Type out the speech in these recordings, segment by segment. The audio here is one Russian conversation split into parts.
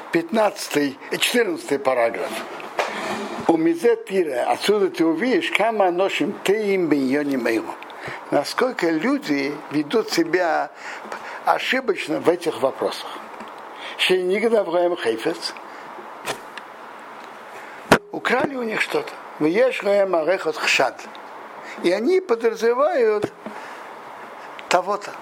14 параграф. У Мизе Тира, отсюда ты увидишь, кама ношим теим биньоним эйру. Насколько люди ведут себя ошибочно в этих вопросах. Шейнигда Авраам Хейфец. Украли у них что-то. Вееш Раем Арехот Хшад. И они подразумевают того-то.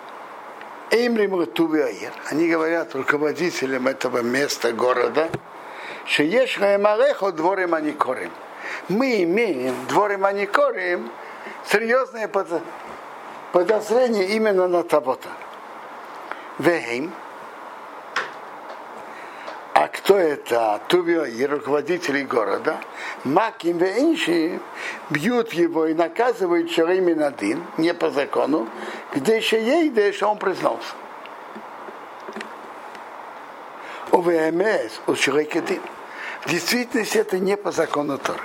Они говорят руководителям этого места, города, что есть Раемарехо дворим аникорим. Мы имеем дворим аникорим серьезное подозрение именно на того-то. Вехим. А кто это? Тувиои, руководители города. Маким веинши бьют его и наказывают шарим один, не по закону, где еще ей, что он признался. У ВМС, у Шрекедин. В действительности это не по закону Торы.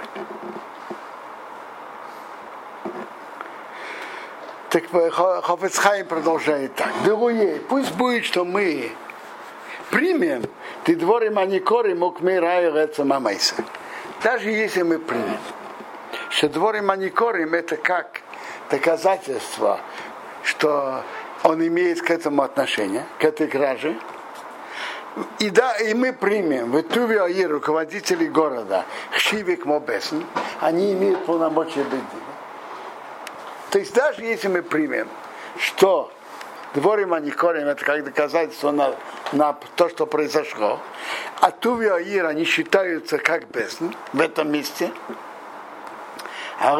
Так Хафец Хаим продолжает так. Дорогие, пусть будет, что мы примем ты дворим аникори мукмей раю рецам амайса. Даже если мы примем, что дворим аникорим это как доказательство, что он имеет к этому отношение, к этой краже. И да, и мы примем в Тувиои руководители города Хшивик Мобесн, они имеют полномочия быть. То есть даже если мы примем, что дворим аникорим это как доказательство на то, что произошло, а Тувиоир они считаются как бесн в этом месте, а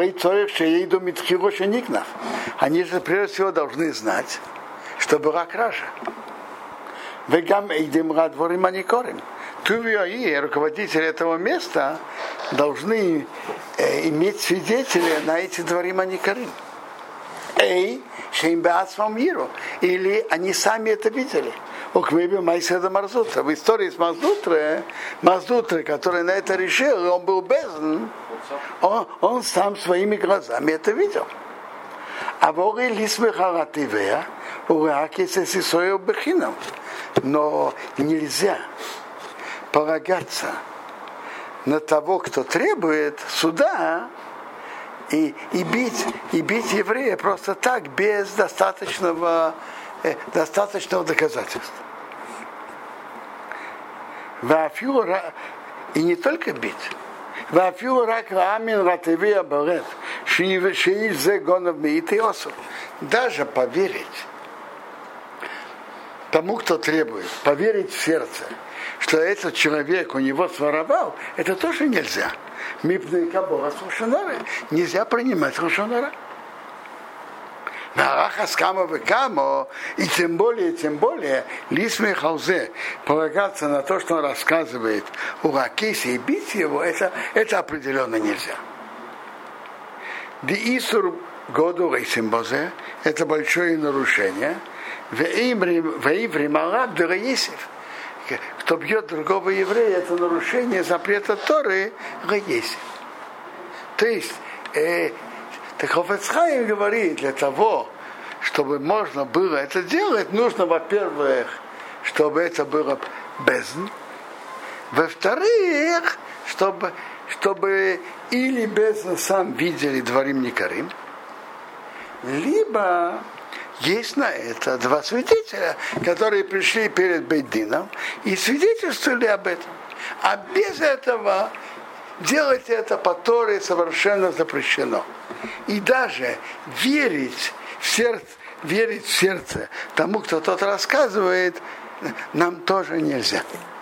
они же прежде всего должны знать, что была кража. Вегам эйдемра дворим аникорим. Тувиои, руководители этого места, должны иметь свидетеля на эти дворим аникорим. Или они сами это видели. В истории с Маздутрой, который на это решил, он был бездн, он сам своими глазами это видел. А вори лисмехаративея, уракисесисою бехином. Но нельзя полагаться на того, кто требует суда, и бить еврея просто так, без достаточного доказательства. И не только бить. Даже поверить тому, кто требует, поверить в сердце, что этот человек у него своровал, это тоже нельзя. Нельзя принимать лошон-ара. И тем более, лисмей халзе, полагаться на то, что он рассказывает у Ракисе и бить его, это определенно нельзя. Диисур году рейсимбозе, это большое нарушение. Кто бьет другого еврея, это нарушение запрета Торы Гаеси. То есть, так Хафец Хаим говорит, для того, чтобы можно было это делать, нужно, во-первых, чтобы это было бездн, во-вторых, чтобы или бездн сам видели дворим никарим, либо есть на это два свидетеля, которые пришли перед Бейдином и свидетельствовали об этом. А без этого делать это по Торе совершенно запрещено. И даже верить в сердце тому, кто тот рассказывает, нам тоже нельзя.